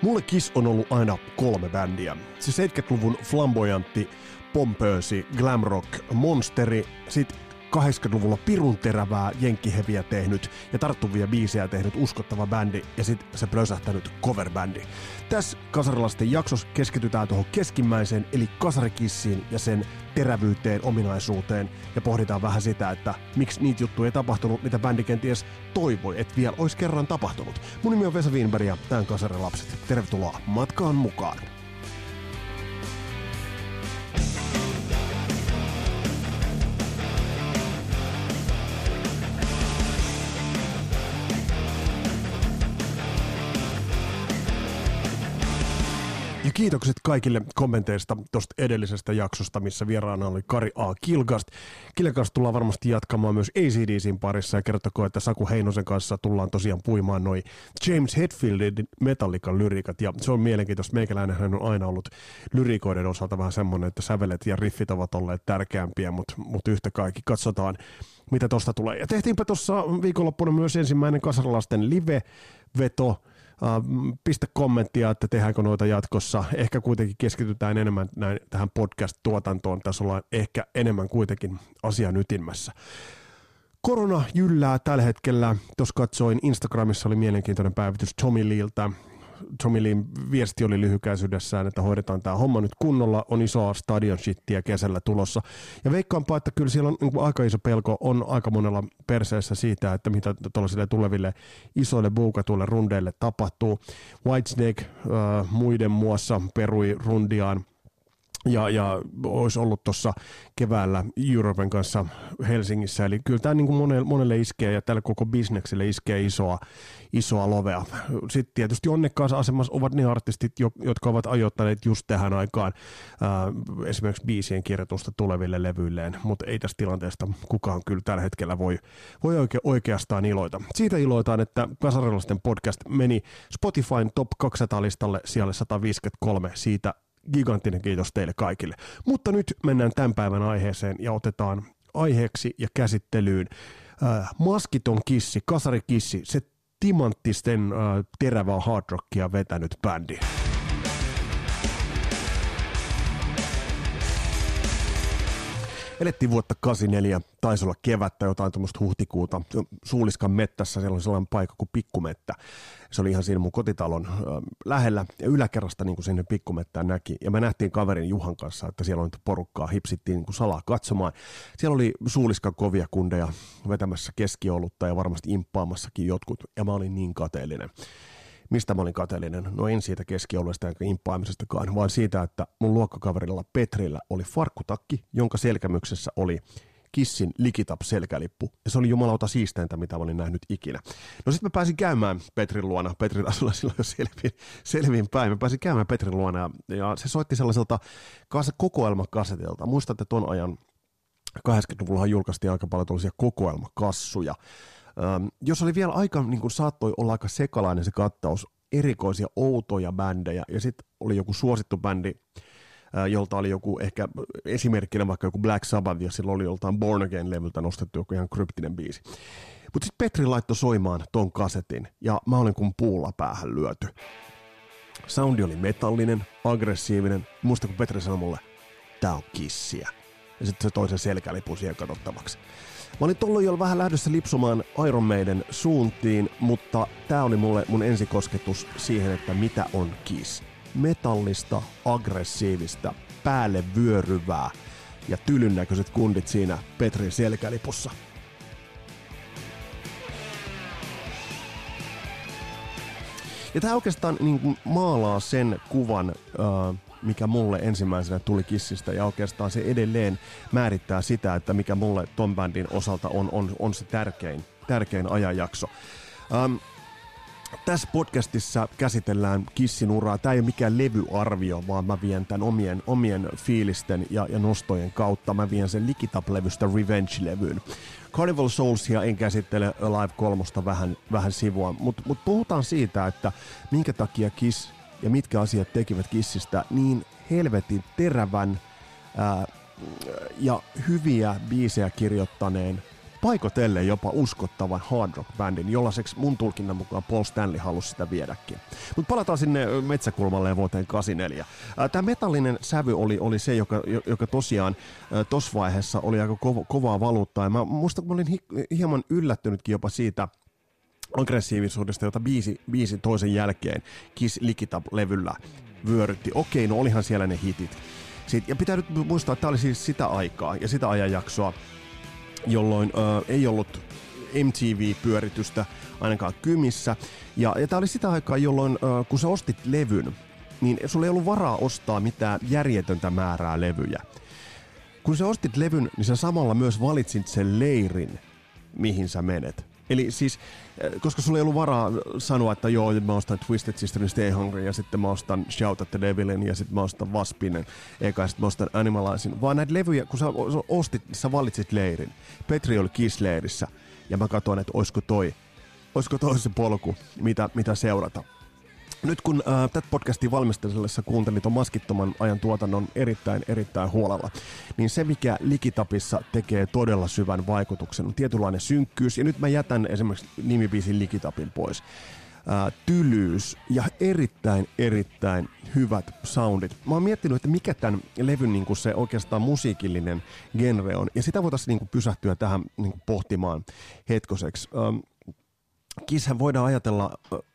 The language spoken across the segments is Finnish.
Mulle Kiss on ollut aina 3 bändiä. Se 70-luvun flamboyantti, pompöösi, glam rock, monsteri, sit 80-luvulla pirun terävää jenkkiheviä tehnyt ja tarttuvia biisejä tehnyt uskottava bändi ja sit se plösähtänyt coverbändi. Tässä Kasarilasten jaksossa keskitytään tuohon keskimmäiseen eli Kasarikissiin ja sen terävyyteen, ominaisuuteen ja pohditaan vähän sitä, että miksi niitä juttuja ei tapahtunut, mitä bändi kenties toivoi, että vielä olisi kerran tapahtunut. Mun nimi on Vesa Wienberg ja tää on Kasarilapset. Tervetuloa matkaan mukaan! Ja kiitokset kaikille kommenteista tuosta edellisestä jaksosta, missä vieraana oli Kari A. Kilgast. Kilgast tullaan varmasti jatkamaan myös AC/DC:n parissa ja kertokaa, että Saku Heinosen kanssa tullaan tosiaan puimaan noi James Hetfieldin Metallican lyriikat. Ja se on mielenkiintoista. Meikäläinen hän on aina ollut lyriikoiden osalta vähän semmoinen, että sävelet ja riffit ovat olleet tärkeämpiä, mutta yhtä kaikki katsotaan, mitä tosta tulee. Ja tehtiinpä tuossa viikonloppuna myös ensimmäinen Kasarilasten live-veto. Pistä kommenttia, että tehdäänkö noita jatkossa. Ehkä kuitenkin keskitytään enemmän tähän podcast-tuotantoon. Tässä ollaan ehkä enemmän kuitenkin asian ytimessä. Korona jyllää tällä hetkellä. Tuossa katsoin, Instagramissa oli mielenkiintoinen päivitys Tommy Leeltä. Tommy Leen viesti oli lyhykäisyydessään, että hoidetaan tämä homma nyt kunnolla, on isoa stadion shittiä kesällä tulossa. Ja veikkaanpa, että kyllä siellä on niin aika iso pelko, on aika monella perseessä siitä, että mitä tuollaisille tuleville isoille buukatuille rundeille tapahtuu. Whitesnake muiden muassa perui rundiaan. Ja olisi ollut tuossa keväällä Europen kanssa Helsingissä, eli kyllä tämä niin kuin monelle iskee ja tällä koko bisnekselle iskee isoa lovea. Sitten tietysti onnekkaassa asemassa ovat ne artistit, jotka ovat ajoittaneet just tähän aikaan esimerkiksi biisien kirjoitusta tuleville levyilleen, mutta ei tästä tilanteesta kukaan kyllä tällä hetkellä voi oikeastaan iloita. Siitä iloitaan, että Kasarilaisten podcast meni Spotifyn Top 200-listalle sijalle 153, siitä giganttinen kiitos teille kaikille. Mutta nyt mennään tämän päivän aiheeseen ja otetaan aiheeksi ja käsittelyyn maskiton kissi, kasarikissi, se timanttisten terävää hard rockia vetänyt bändi. Elettiin vuotta 84, taisi olla kevättä, jotain tuommoista huhtikuuta. Suuliskan mettässä, siellä oli sellainen paikka kuin Pikkumettä. Se oli ihan siinä mun kotitalon lähellä ja yläkerrasta niin kuin sinne Pikkumettään näki. Ja me nähtiin kaverin Juhan kanssa, että siellä on nyt porukkaa, hipsittiin niin kuin salaa katsomaan. Siellä oli Suuliskan kovia kundeja vetämässä keskiolutta ja varmasti imppaamassakin jotkut. Ja mä olin niin kateellinen. Mistä mä olin kateellinen? No en siitä keskioluesta eikä imppaamisestakaan, vaan siitä, että mun luokkakaverilla Petrillä oli farkkutakki, jonka selkämyksessä oli Kissin Likitap-selkälippu. Ja se oli jumalauta siisteintä, mitä mä olin nähnyt ikinä. No sit mä pääsin käymään Petrin luona. Petri taisi olla silloin jo selviin päin. Mä pääsin käymään Petrin luona ja se soitti sellaiselta kokoelmakasetilta. Muistatte ton ajan, 80-luvullahan julkaistiin aika paljon tällaisia kokoelmakassuja. Jos oli vielä aika, niin kuin saattoi olla aika sekalainen se kattaus, erikoisia outoja bändejä, ja sitten oli joku suosittu bändi, jolta oli joku ehkä esimerkkinä vaikka joku Black Sabbath, ja silloin oli joltain Born Again-levyltä nostettu joku ihan kryptinen biisi. Mutta sitten Petri laittoi soimaan ton kasetin, ja mä olin kuin puulla päähän lyöty. Soundi oli metallinen, aggressiivinen. Muista kun Petri sanoi mulle, tää on Kissiä. Ja sitten se toi sen selkälipun siihen katsottavaksi. Mä olin tolloin jo vähän lähdössä lipsumaan Iron Maiden suuntiin, mutta tää oli mulle mun ensikosketus siihen, että mitä on Kiss. Metallista, aggressiivista, päälle vyöryvää ja tylynnäköiset kundit siinä Petrin selkälipussa. Ja tää oikeastaan niin kuin maalaa sen kuvan, mikä mulle ensimmäisenä tuli Kissistä, ja oikeastaan se edelleen määrittää sitä, että mikä mulle ton bändin osalta on se tärkein ajanjakso. Tässä podcastissa käsitellään Kissin uraa. Tämä ei ole mikään levyarvio, vaan mä vien tämän omien fiilisten ja nostojen kautta. Mä vien sen Likitap-levystä Revenge-levyyn. Carnival Soulsia en käsittele, Alive 3 vähän sivua, mutta puhutaan siitä, että minkä takia Kiss ja mitkä asiat tekivät Kissistä niin helvetin terävän ja hyviä biisejä kirjoittaneen paikotellen jopa uskottavan hard rock-bändin, jollaiseksi mun tulkinnan mukaan Paul Stanley halusi sitä viedäkin. Mutta palataan sinne metsäkulmalle vuoteen 84. Tämä metallinen sävy oli se, joka tosiaan tuossa vaiheessa oli aika kovaa valuuttaa. Ja mä muistan, että mä olin hieman yllättynytkin jopa siitä aggressiivisuudesta, jota biisi toisen jälkeen Kiss Lick It Up-levyllä vyörytti. Okei, no olihan siellä ne hitit. Ja pitää nyt muistaa, että tämä oli siis sitä aikaa ja sitä ajanjaksoa, jolloin ei ollut MTV-pyöritystä ainakaan Kymissä. Ja tämä oli sitä aikaa, jolloin kun sä ostit levyn, niin sulla ei ollut varaa ostaa mitään järjetöntä määrää levyjä. Kun sä ostit levyn, niin sä samalla myös valitsit sen leirin, mihin sä menet. Eli siis, koska sulla ei ollut varaa sanoa, että joo, mä ostan Twisted Sisterin Stay Hungry, ja sitten mä ostan Shout at the Devilin, ja sitten mä ostan Waspin, eikä sitten mä ostan Animalizin, vaan näitä levyjä, kun sä ostit, sä valitsit leirin. Petri oli Kiss-leirissä, ja mä katsoin, että olisiko toi se polku, mitä seurata. Nyt kun tätä podcastia valmistellessa kuuntelin ton Maskittoman ajan tuotannon erittäin huolella, niin se mikä Lick It Upissa tekee todella syvän vaikutuksen on tietynlainen synkkyys, ja nyt mä jätän esimerkiksi nimibiisin Lick It Upin pois. Tylyys ja erittäin hyvät soundit. Mä oon miettinyt, että mikä tämän levyn niin kuin se oikeastaan musiikillinen genre on, ja sitä voitaisiin niin kuin pysähtyä tähän niin kuin pohtimaan hetkoseksi. Kisshän voidaan ajatella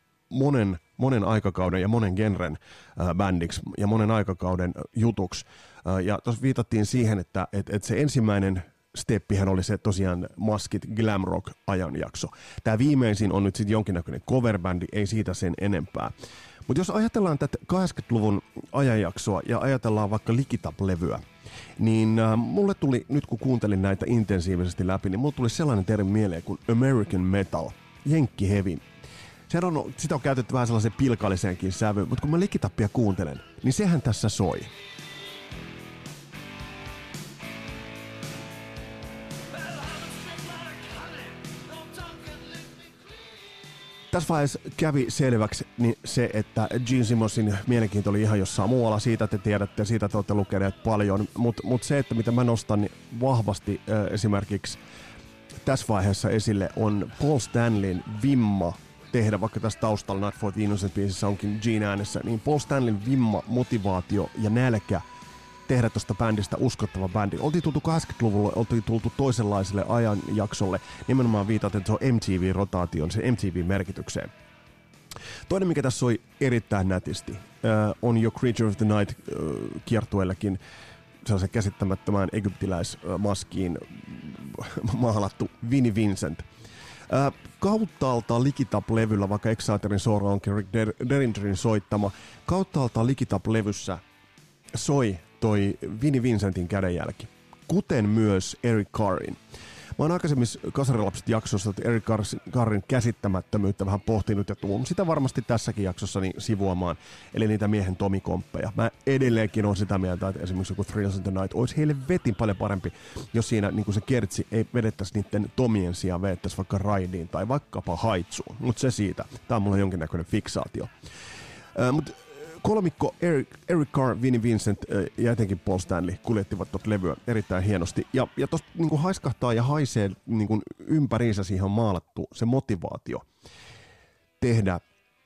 monen aikakauden ja monen genren bändiksi ja monen aikakauden jutuksi. Ja tuossa viitattiin siihen, että se ensimmäinen steppihän oli se tosiaan maskit glam rock ajanjakso. Tämä viimeisin on nyt sitten jonkinnäköinen coverbändi, ei siitä sen enempää. Mutta jos ajatellaan tätä 80-luvun ajanjaksoa ja ajatellaan vaikka Lick It Up-levyä, niin mulle tuli, nyt kun kuuntelin näitä intensiivisesti läpi, niin mulle tuli sellainen termi mieleen kuin American Metal, jenkki heavy. Sitä on käytetty vähän sellaisen pilkalliseenkin sävyyn, mutta kun mä Lick It Upia kuuntelen, niin sehän tässä soi. Tässä vaiheessa kävi selväksi niin se, että Gene Simmonsin mielenkiinto oli ihan jossain muualla. Siitä te tiedätte, siitä te olette lukeneet paljon, mutta se, että mitä mä nostan niin vahvasti esimerkiksi tässä vaiheessa esille, on Paul Stanleyn vimma tehdä, vaikka tässä taustalla Not for the Innocent biisissä onkin Gene äänessä, niin Paul Stanleyn vimma, motivaatio ja nälkä tehdä tuosta bändistä uskottava bändi. Oltiin tultu 80-luvulle, oltiin tultu toisenlaiselle ajanjaksolle, nimenomaan viitaten se on MTV-rotaation, se MTV-merkitykseen. Toinen, mikä tässä soi erittäin nätisti, on jo Creature of the Night kiertueellekin sellaisen käsittämättömään egyptiläismaskiin maalattu Vinnie Vincent. Kauttaaltaan Lick It Up-levyllä, vaikka Exciterin Sora onkin Rick Derringerin soittama, kauttaaltaan Lick It Up-levyssä soi toi Vinnie Vincentin kädenjälki, kuten myös Eric Carrin. Mä oon aikaisemmissa Kasarilapset jaksossa Eric Carrin käsittämättömyyttä vähän pohtinut ja tuun sitä varmasti tässäkin jaksossa niin sivuamaan, eli niitä miehen Tomi-komppeja. Mä edelleenkin on sitä mieltä, että esimerkiksi joku Thrills in the Night olisi heille vetin paljon parempi, jos siinä niin se kertsi ei vedettäisi niiden Tomien sijaan, vedettäisi vaikka Raidiin tai vaikkapa Haitsuun. Mutta se siitä. Tää on mulla jonkinnäköinen fiksaatio. Mutta kolmikko Eric Carr, Vinnie Vincent ja etenkin Paul Stanley kuljettivat tuota levyä erittäin hienosti. Ja tuosta niin haiskahtaa ja haisee niin ympäriinsä siihen on maalattu se motivaatio tehdä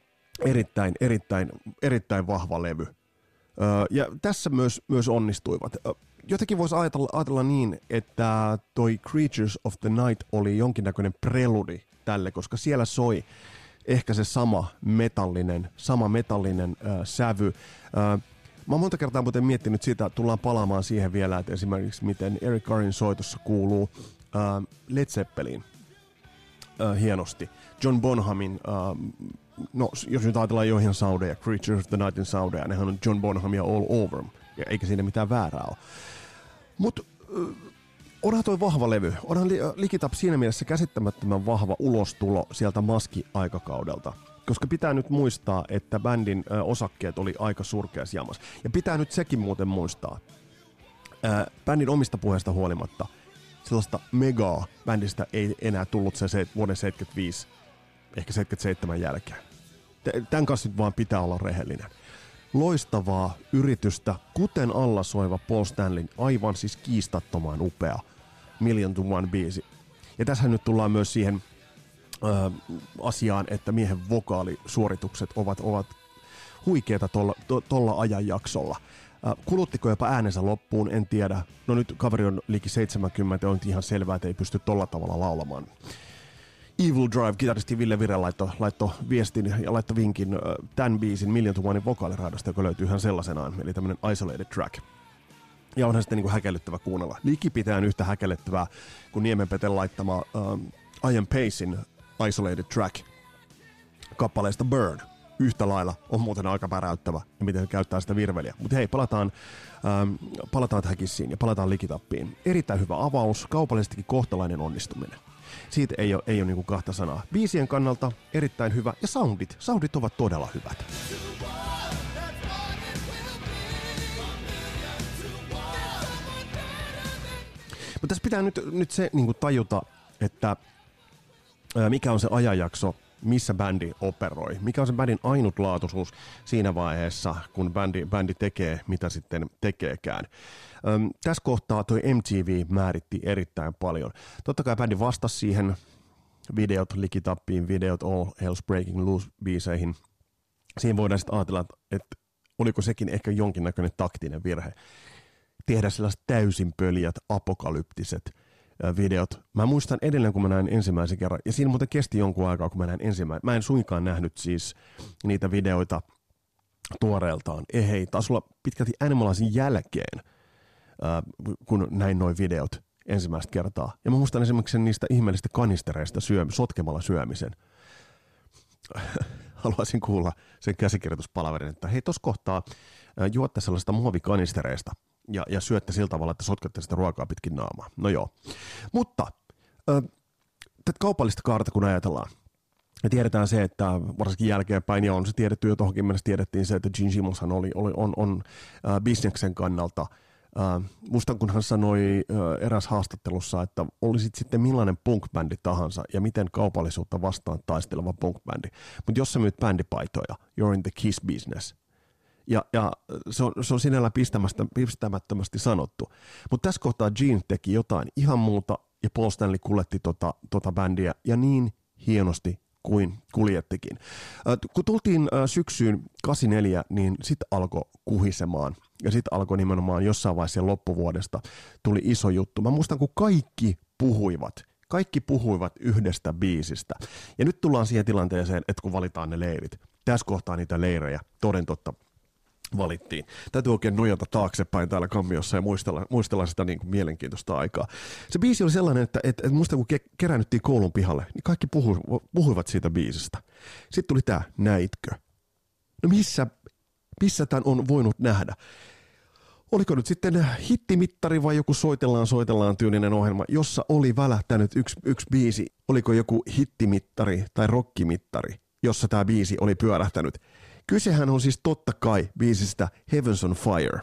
erittäin vahva levy. Ja tässä myös onnistuivat. Jotenkin voisi ajatella niin, että toi Creatures of the Night oli jonkinnäköinen preludi tälle, koska siellä soi ehkä se sama metallinen sävy. Mä oon monta kertaa muuten miettinyt sitä, tullaan palaamaan siihen vielä, että esimerkiksi miten Eric Carrin soitossa kuuluu Led Zeppelin hienosti. John Bonhamin, no jos nyt ajatellaan joihin saudeja, Creatures of the Nightin saudeja, nehän on John Bonhamia all over, eikä siinä mitään väärää ole. Mutta onhan toi vahva levy. Onhan Lick It Up siinä mielessä käsittämättömän vahva ulostulo sieltä Maski-aikakaudelta. Koska pitää nyt muistaa, että bändin osakkeet oli aika surkeassa jamassa. Ja pitää nyt sekin muuten muistaa. Bändin omista puheista huolimatta sellaista megaa bändistä ei enää tullut se vuoden 75, ehkä 77 jälkeen. Tän kanssa nyt vaan pitää olla rehellinen. Loistavaa yritystä, kuten alla soiva Paul Stanleyn aivan siis kiistattoman upea Million to One biisi. Ja tässä nyt tullaan myös siihen asiaan, että miehen vokaalisuoritukset ovat huikeita tolla ajanjaksolla. Kuluttiko jopa äänensä loppuun, en tiedä. No nyt kaveri on liki 70, on ihan selvää, että ei pysty tolla tavalla laulamaan. Evil Drive-kitaristi Ville Vire laittoi viestin ja laittoi vinkin tämän biisin Million to Onein vokaaliraadasta, joka löytyy ihan sellaisenaan, eli tämmönen isolated track. Ja onhan sitten niin kuin häkellyttävä kuunnella. Likipitään yhtä häkellyttävää kuin Niemenpeten laittama Ian Pacein isolated track kappaleesta Burn. Yhtä lailla on muuten aika päräyttävä, ja miten se käyttää sitä virveliä. Mutta hei, palataan tähän Kissiin ja palataan Likitappiin. Erittäin hyvä avaus, kaupallisestikin kohtalainen onnistuminen. Siitä ei ole niinku kahta sanaa. Biisien kannalta erittäin hyvä, ja soundit ovat todella hyvät. Mutta tässä pitää nyt se niinku tajuta, että mikä on se ajanjakso, missä bändi operoi. Mikä on se bändin ainutlaatuisuus siinä vaiheessa, kun bändi tekee, mitä sitten tekeekään. Tässä kohtaa toi MTV määritti erittäin paljon. Totta kai bändi vastasi siihen videot Likitappiin, videot All Hell's Breaking Loose-biiseihin. Siinä voidaan sitten ajatella, että oliko sekin ehkä jonkinnäköinen taktinen virhe. Tehdä sellaiset täysin pöljät, apokalyptiset videot. Mä muistan edelleen, kun mä näin ensimmäisen kerran, ja siinä muuten kesti jonkun aikaa, kun mä näin ensimmäisen. Mä en suinkaan nähnyt siis niitä videoita tuoreeltaan. Hei, taas olla pitkälti Animalizin jälkeen, kun näin noin videot ensimmäistä kertaa. Ja mä muistan esimerkiksi niistä ihmeellisistä kanistereista sotkemalla syömisen. Haluaisin kuulla sen käsikirjoituspalaverin, että hei, tossa kohtaa juotte sellaista muovikanistereista ja syötte sillä tavalla, että sotkette sitä ruokaa pitkin naamaa. No joo. Mutta tätä kaupallista kaarta kun ajatellaan, ja tiedetään se, että varsinkin jälkeenpäin, ja on se tiedetty jo tohonkin mennessä, tiedettiin se, että Gene Simmonshan on bisneksen kannalta. Muistan, kun hän sanoi eräs haastattelussa, että olisit sitten millainen punk-bändi tahansa ja miten kaupallisuutta vastaan taisteleva punk-bändi. Mutta jos sä myyt bändipaitoja, you're in the kiss business. Ja se on sinällä pistämättömästi sanottu. Mutta tässä kohtaa Gene teki jotain ihan muuta ja Paul Stanley kuljetti tota bändiä ja niin hienosti kuin kuljettikin. Kun tultiin syksyyn 84, niin sitten alkoi kuhisemaan. Ja sitten alkoi nimenomaan jossain vaiheessa loppuvuodesta tuli iso juttu. Mä muistan, kun kaikki puhuivat yhdestä biisistä. Ja nyt tullaan siihen tilanteeseen, että kun valitaan ne leirit. Tässä kohtaa niitä leirejä toden totta valittiin. Täytyy oikein nojata taaksepäin täällä kammiossa ja muistella sitä niin kuin mielenkiintoista aikaa. Se biisi oli sellainen, että muistan kun keräännyttiin koulun pihalle, niin kaikki puhuivat siitä biisistä. Sitten tuli tää, näitkö? No missä tämän on voinut nähdä? Oliko nyt sitten hittimittari vai joku soitellaan tyylinen ohjelma, jossa oli välähtänyt yksi biisi? Oliko joku hittimittari tai rockimittari, jossa tämä biisi oli pyörähtänyt? Kysehän on siis totta kai biisistä Heaven's on Fire.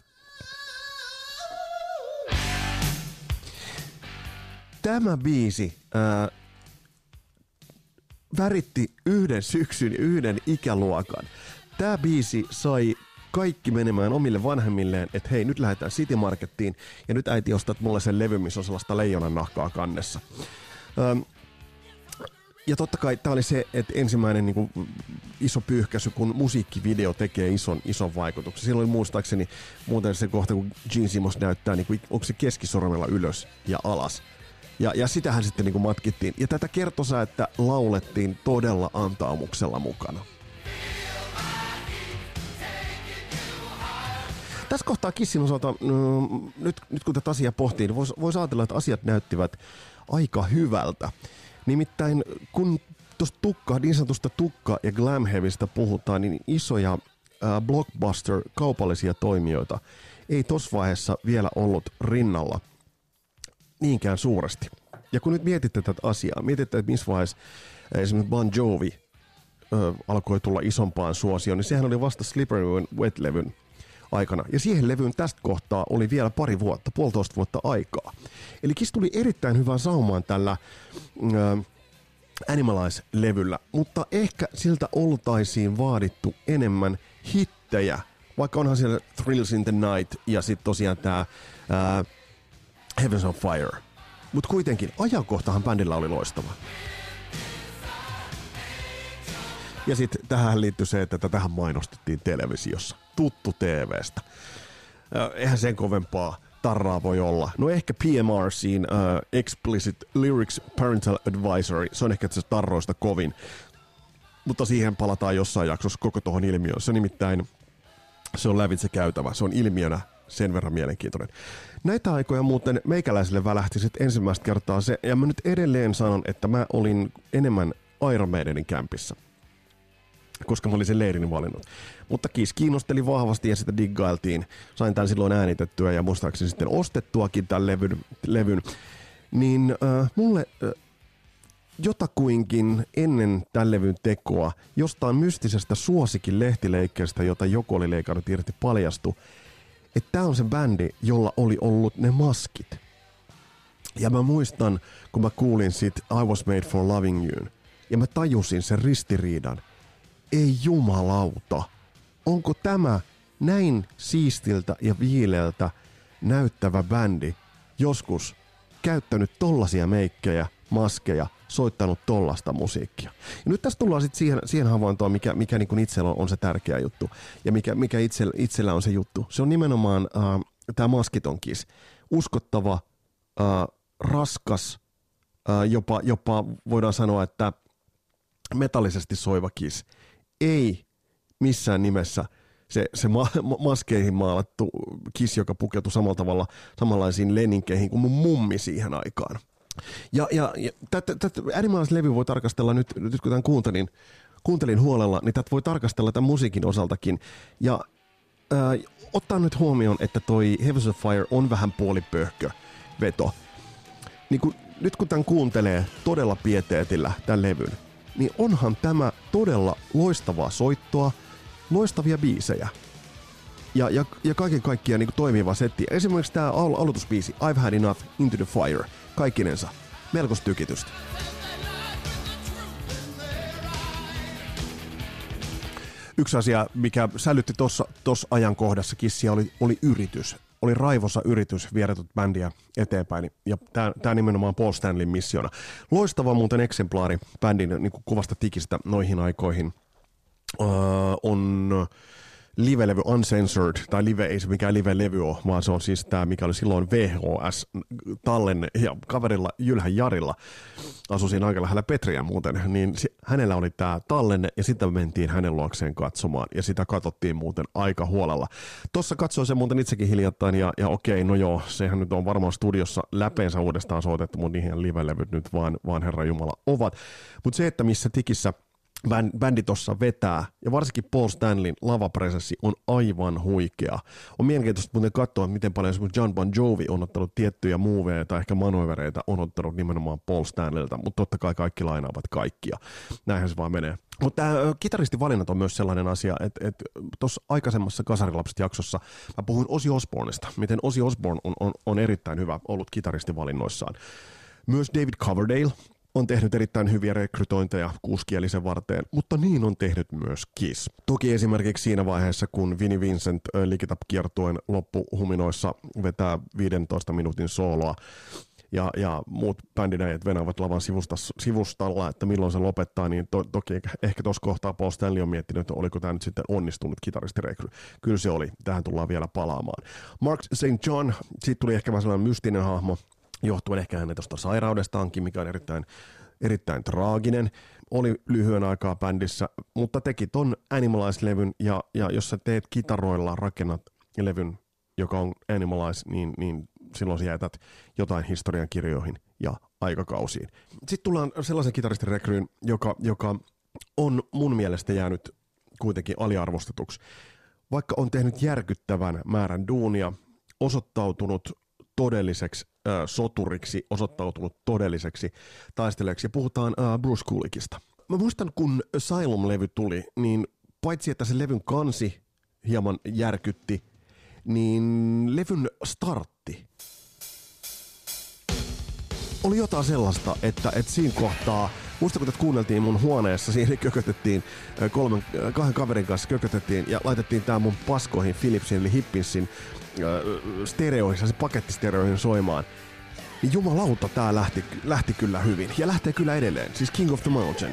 Tämä biisi väritti yhden syksyn, yhden ikäluokan. Tämä biisi sai kaikki menemään omille vanhemmilleen, että hei, nyt lähdetään City Markettiin ja nyt äiti ostat mulle sen levy, missä on sellaista leijonan nahkaa kannessa. Ja totta kai tämä oli se, että ensimmäinen niin kuin, iso pyyhkäisy, kun musiikkivideo tekee ison vaikutuksen. Silloin muistaakseni muuten se kohta, kun Gene Simmons näyttää, niin kuin, onko se keskisormella ylös ja alas. Ja sitähän sitten niin kuin matkittiin. Ja tätä kertosäettä laulettiin todella antaumuksella mukana. Tässä kohtaa Kissin osalta, nyt kun tätä asiaa pohtii, niin voisi ajatella, että asiat näyttivät aika hyvältä. Nimittäin kun tuosta niin sanotusta tukka- ja glam-heavistä puhutaan, niin isoja blockbuster kaupallisia toimijoita ei tuossa vaiheessa vielä ollut rinnalla niinkään suuresti. Ja kun nyt mietitte tätä asiaa, mietitte, että missä vaiheessa esimerkiksi Bon Jovi alkoi tulla isompaan suosioon, niin sehän oli vasta Slippery When Wet-levyn aikana. Ja siihen levyyn tästä kohtaa oli vielä puolitoista vuotta aikaa. Eli Kiss tuli erittäin hyvään saumaan tällä Animalize-levyllä, mutta ehkä siltä oltaisiin vaadittu enemmän hittejä, vaikka onhan siellä Thrills in the Night ja sitten tosiaan tämä Heaven's on Fire. Mutta kuitenkin ajankohtahan bändillä oli loistava. Ja sitten tähän liittyy se, että tähän mainostettiin televisiossa. Tuttu TV:stä. Eihän sen kovempaa tarraa voi olla. No ehkä PMRC:n Explicit Lyrics Parental Advisory. Se on ehkä se tarroista kovin. Mutta siihen palataan jossain jaksossa koko tuohon ilmiöön. Se nimittäin, se on lävitse käytävä. Se on ilmiönä sen verran mielenkiintoinen. Näitä aikoja muuten meikäläisille välähti sitten ensimmäistä kertaa se, ja mä nyt edelleen sanon, että mä olin enemmän Iron Maidenin kämpissä, koska mä olin sen leirin valinnut. Mutta Kiss kiinnosteli vahvasti ja sitä diggailtiin. Sain tämän silloin äänitettyä ja muistaakseni sitten ostettuakin tämän levyn. Niin mulle jotakuinkin ennen tämän levyn tekoa jostain mystisestä suosikin lehtileikkeestä, jota joku oli leikannut irti, paljastui, että tää on se bändi, jolla oli ollut ne maskit. Ja mä muistan, kun mä kuulin sit I Was Made For Loving You, ja mä tajusin sen ristiriidan. Ei jumalauta, onko tämä näin siistiltä ja viileältä näyttävä bändi joskus käyttänyt tollasia meikkejä, maskeja, soittanut tollasta musiikkia. Ja nyt tässä tullaan sitten siihen havaintoon, mikä niin kuin itsellä on se tärkeä juttu, ja mikä itsellä on se juttu. Se on nimenomaan tämä Maskiton Kiss. Uskottava, raskas, jopa voidaan sanoa, että metallisesti soiva Kiss. Ei missään nimessä se maskeihin maalattu Kiss, joka pukeutui samalla tavalla samanlaisiin leninkeihin kuin mun mummi siihen aikaan. Ja tätä Animals-levy voi tarkastella nyt kun tämän kuuntelin huolella, niin tätä voi tarkastella tämän musiikin osaltakin. Ja ottaa nyt huomioon, että toi Heavens of Fire on vähän puolipöhkö veto. Niin nyt kun tämän kuuntelee todella pieteetillä tämän levyn, niin onhan tämä todella loistavaa soittoa, loistavia biisejä. Ja kaiken kaikkiaan niin toimiva setti. Esimerkiksi tämä aloitusbiisi I've Had Enough, Into the Fire, kaikkinensa melkoista tykitystä. Yksi asia, mikä sälytti tuossa ajankohdassa Kissia, oli yritys. Oli raivossa yritys viedä bändiä eteenpäin, ja tämä nimenomaan Paul Stanleyn missiona. Loistava muuten eksemplaari bändin niin kuvasta tikistä noihin aikoihin on live-levy Uncensored, tai live ei se mikään live-levy ole, vaan se on siis tämä, mikä oli silloin VHS-tallenne, ja kaverilla Jylhän Jarilla asui siinä aika lähellä Petriä muuten, niin hänellä oli tämä tallenne, ja sitten mentiin hänen luokseen katsomaan, ja sitä katsottiin muuten aika huolella. Tuossa katsoi se muuten itsekin hiljattain, ja okei, no joo, sehän nyt on varmaan studiossa läpeensä uudestaan soitettu, mutta niihin live-levyt nyt vaan Herran Jumala ovat. Mutta se, että missä tikissä bändi tossa vetää, ja varsinkin Paul Stanleyn lavapresenssi on aivan huikea. On mielenkiintoista muuten katsoa, miten paljon esimerkiksi John Bon Jovi on ottanut tiettyjä moveja tai ehkä manövereitä on ottanut nimenomaan Paul Stanleyltä, mutta totta kai kaikki lainaavat kaikkia. Näinhän se vaan menee. Mutta tämä kitaristivalinnat on myös sellainen asia, että tuossa aikaisemmassa Kasarilapset-jaksossa mä puhuin Ozzy Osbournesta, miten Ozzy Osbourne on erittäin hyvä ollut kitaristivalinnoissaan. Myös David Coverdale on tehnyt erittäin hyviä rekrytointeja kuuskielisen varteen, mutta niin on tehnyt myös Kiss. Toki esimerkiksi siinä vaiheessa, kun Vinnie Vincent Lick-It-Up-kiertueen loppuhuminoissa vetää 15 minuutin sooloa, ja muut bändinäijät venaavat lavan sivustalla, että milloin se lopettaa, niin toki ehkä tuossa kohtaa Paul Stanley on miettinyt, että oliko tämä nyt sitten onnistunut kitaristirekry. Kyllä se oli, tähän tullaan vielä palaamaan. Mark St. John, siitä tuli ehkä vähän sellainen mystinen hahmo, johtuen ehkä hänen tuosta sairaudestaankin, mikä on erittäin traaginen. Oli lyhyen aikaa bändissä, mutta teki ton Animalize-levyn, ja jos sä teet kitaroilla, rakennat levyn, joka on Animalize, niin silloin sä jätät jotain historian kirjoihin ja aikakausiin. Sitten tullaan sellaisen kitaristirekryyn, joka on mun mielestä jäänyt kuitenkin aliarvostetuksi. Vaikka on tehnyt järkyttävän määrän duunia, osoittautunut todelliseksi soturiksi, osoittautunut todelliseksi taistelijaksi, ja puhutaan Bruce Kulickista. Mä muistan, kun Asylum-levy tuli, niin paitsi että se levyn kansi hieman järkytti, niin levyn startti oli jotain sellaista, että siinä kohtaa, muista kun tätä kuunneltiin mun huoneessa, siinä kökötettiin, kahden kaverin kanssa kökötettiin ja laitettiin tää mun paskoihin Philipsin eli Hippinsin stereoihin, se pakettistereoihin soimaan. niin jumalauta tää lähti kyllä hyvin. Ja lähtee kyllä edelleen, siis King of the Mountain.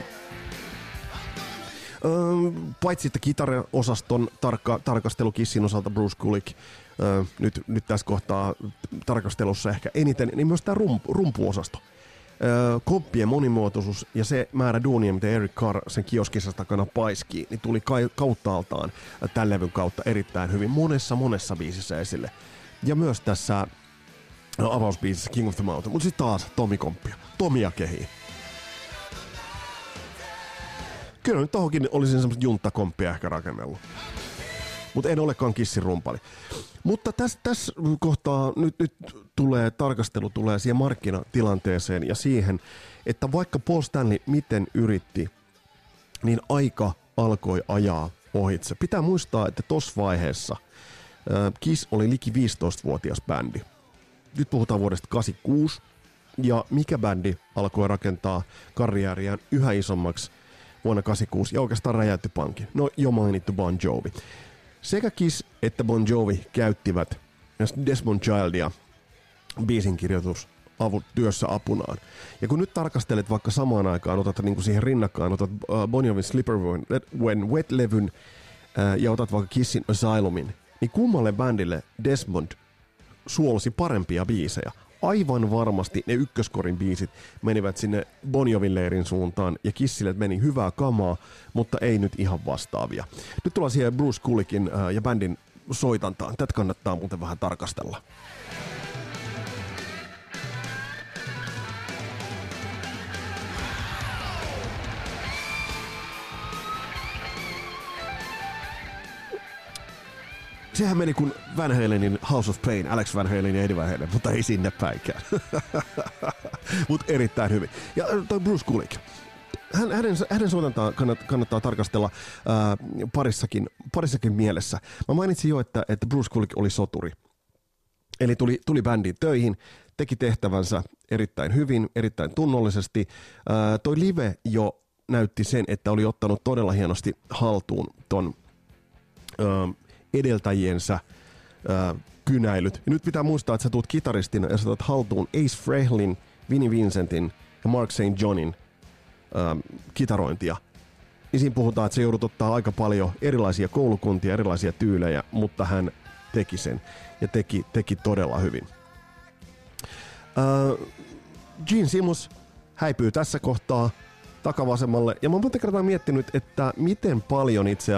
Paitsi että kitaraosaston tarkastelu Kissin osalta Bruce Kulick, nyt tässä kohtaa tarkastelussa ehkä eniten, niin myös tämä rumpuosasto. Komppien monimuotoisuus ja se määrä duunia, mitä Eric Carr sen kioskissa takana paiskii, niin tuli kauttaaltaan tämän levyn kautta erittäin hyvin monessa biisissä esille. Ja myös tässä avausbiisissä King of the Mountain, mutta sitten taas Tomia kehii. Kyllä nyt tohonkin olisin semmoista junttakomppia ehkä rakennellut. Mutta en olekaan Kissin rumpali. Mutta tässä kohtaa nyt tarkastelu tulee siihen markkinatilanteeseen ja siihen, että vaikka Paul Stanley miten yritti, niin aika alkoi ajaa ohitse. Pitää muistaa, että tuossa vaiheessa Kiss oli liki 15-vuotias bändi. Nyt puhutaan vuodesta 86, ja mikä bändi alkoi rakentaa karjääriään yhä isommaksi vuonna 86 ja oikeastaan räjäytti pankin? No jo mainittu Bon Jovi. Sekä Kiss että Bon Jovi käyttivät Desmond Childia biisinkirjoitus työssä apunaan. Ja kun nyt tarkastelet vaikka samaan aikaan, otat niin kuin siihen rinnakkaan, otat Bon Jovin Slipper When Wet-levyn ja otat vaikka Kissin Asylumin, niin kummalle bändille Desmond suolsi parempia biisejä. Aivan varmasti ne ykköskorin biisit menivät sinne Bon Jovin leirin suuntaan ja Kissille meni hyvää kamaa, mutta ei nyt ihan vastaavia. Nyt tullaan siihen Bruce Kulickin ja bändin soitantaan. Tätä kannattaa muuten vähän tarkastella. Sehän meni kuin Van Halenin House of Pain, Alex Van Halen ja Eddie Van Halen, mutta ei sinne päinkään. Mutta erittäin hyvin. Ja toi Bruce Kulick. Hänen soitantaan kannattaa tarkastella parissakin mielessä. Mä mainitsin jo, että Bruce Kulick oli soturi. Eli tuli bändiin töihin, teki tehtävänsä erittäin hyvin, erittäin tunnollisesti. Toi live jo näytti sen, että oli ottanut todella hienosti haltuun ton edeltäjiensä kynäilyt. Ja nyt pitää muistaa, että sä tuut kitaristina ja sä tuot haltuun Ace Frehlin, Vinnie Vincentin ja Mark St. Johnin kitarointia. Niin siinä puhutaan, että se joudut ottaa aika paljon erilaisia koulukuntia, erilaisia tyylejä, mutta hän teki sen ja teki todella hyvin. Gene Simmons häipyy tässä kohtaa takavasemmalle ja mä oon monta kertaa miettinyt, että miten paljon itse